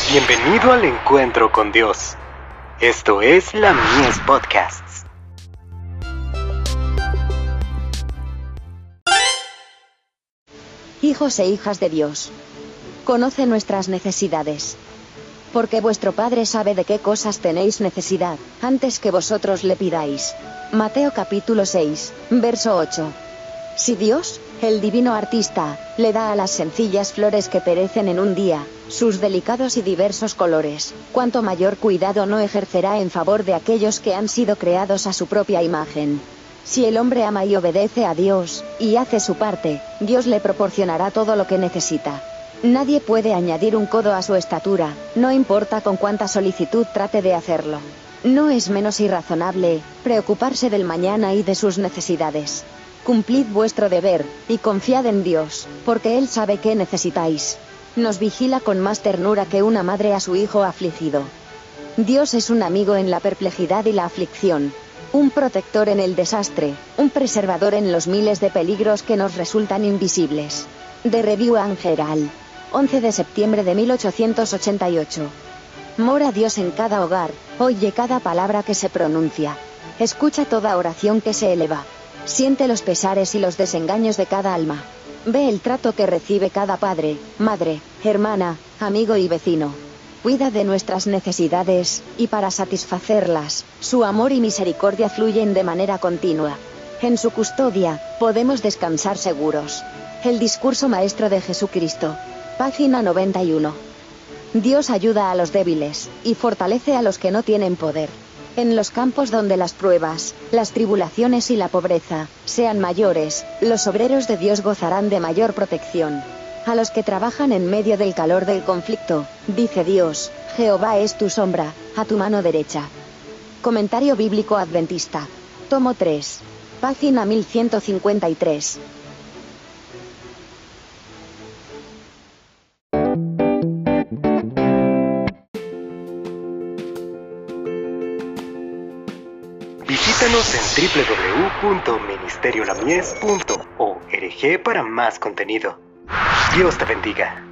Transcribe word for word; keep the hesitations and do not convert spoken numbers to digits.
Bienvenido al encuentro con Dios. Esto es la Mies Podcasts. Hijos e hijas de Dios, conoce nuestras necesidades, porque vuestro Padre sabe de qué cosas tenéis necesidad, antes que vosotros le pidáis. Mateo capítulo seis, verso ocho. Si Dios, el divino artista, le da a las sencillas flores que perecen en un día, sus delicados y diversos colores, cuánto mayor cuidado no ejercerá en favor de aquellos que han sido creados a su propia imagen. Si el hombre ama y obedece a Dios, y hace su parte, Dios le proporcionará todo lo que necesita. Nadie puede añadir un codo a su estatura, no importa con cuánta solicitud trate de hacerlo. No es menos irrazonable preocuparse del mañana y de sus necesidades. Cumplid vuestro deber, y confiad en Dios, porque Él sabe qué necesitáis. Nos vigila con más ternura que una madre a su hijo afligido. Dios es un amigo en la perplejidad y la aflicción, un protector en el desastre, un preservador en los miles de peligros que nos resultan invisibles. The Review and Herald, once de septiembre de mil ochocientos ochenta y ocho. Mora Dios en cada hogar, oye cada palabra que se pronuncia. Escucha toda oración que se eleva. Siente los pesares y los desengaños de cada alma. Ve el trato que recibe cada padre, madre, hermana, amigo y vecino. Cuida de nuestras necesidades, y para satisfacerlas, su amor y misericordia fluyen de manera continua. En su custodia, podemos descansar seguros. El discurso maestro de Jesucristo. Página noventa y uno. Dios ayuda a los débiles, y fortalece a los que no tienen poder. En los campos donde las pruebas, las tribulaciones y la pobreza sean mayores, los obreros de Dios gozarán de mayor protección. A los que trabajan en medio del calor del conflicto, dice Dios, Jehová es tu sombra, a tu mano derecha. Comentario Bíblico Adventista. Tomo tres. Página mil ciento cincuenta y tres. Visítanos en doble u doble u doble u punto ministerio la mies punto org para más contenido. Dios te bendiga.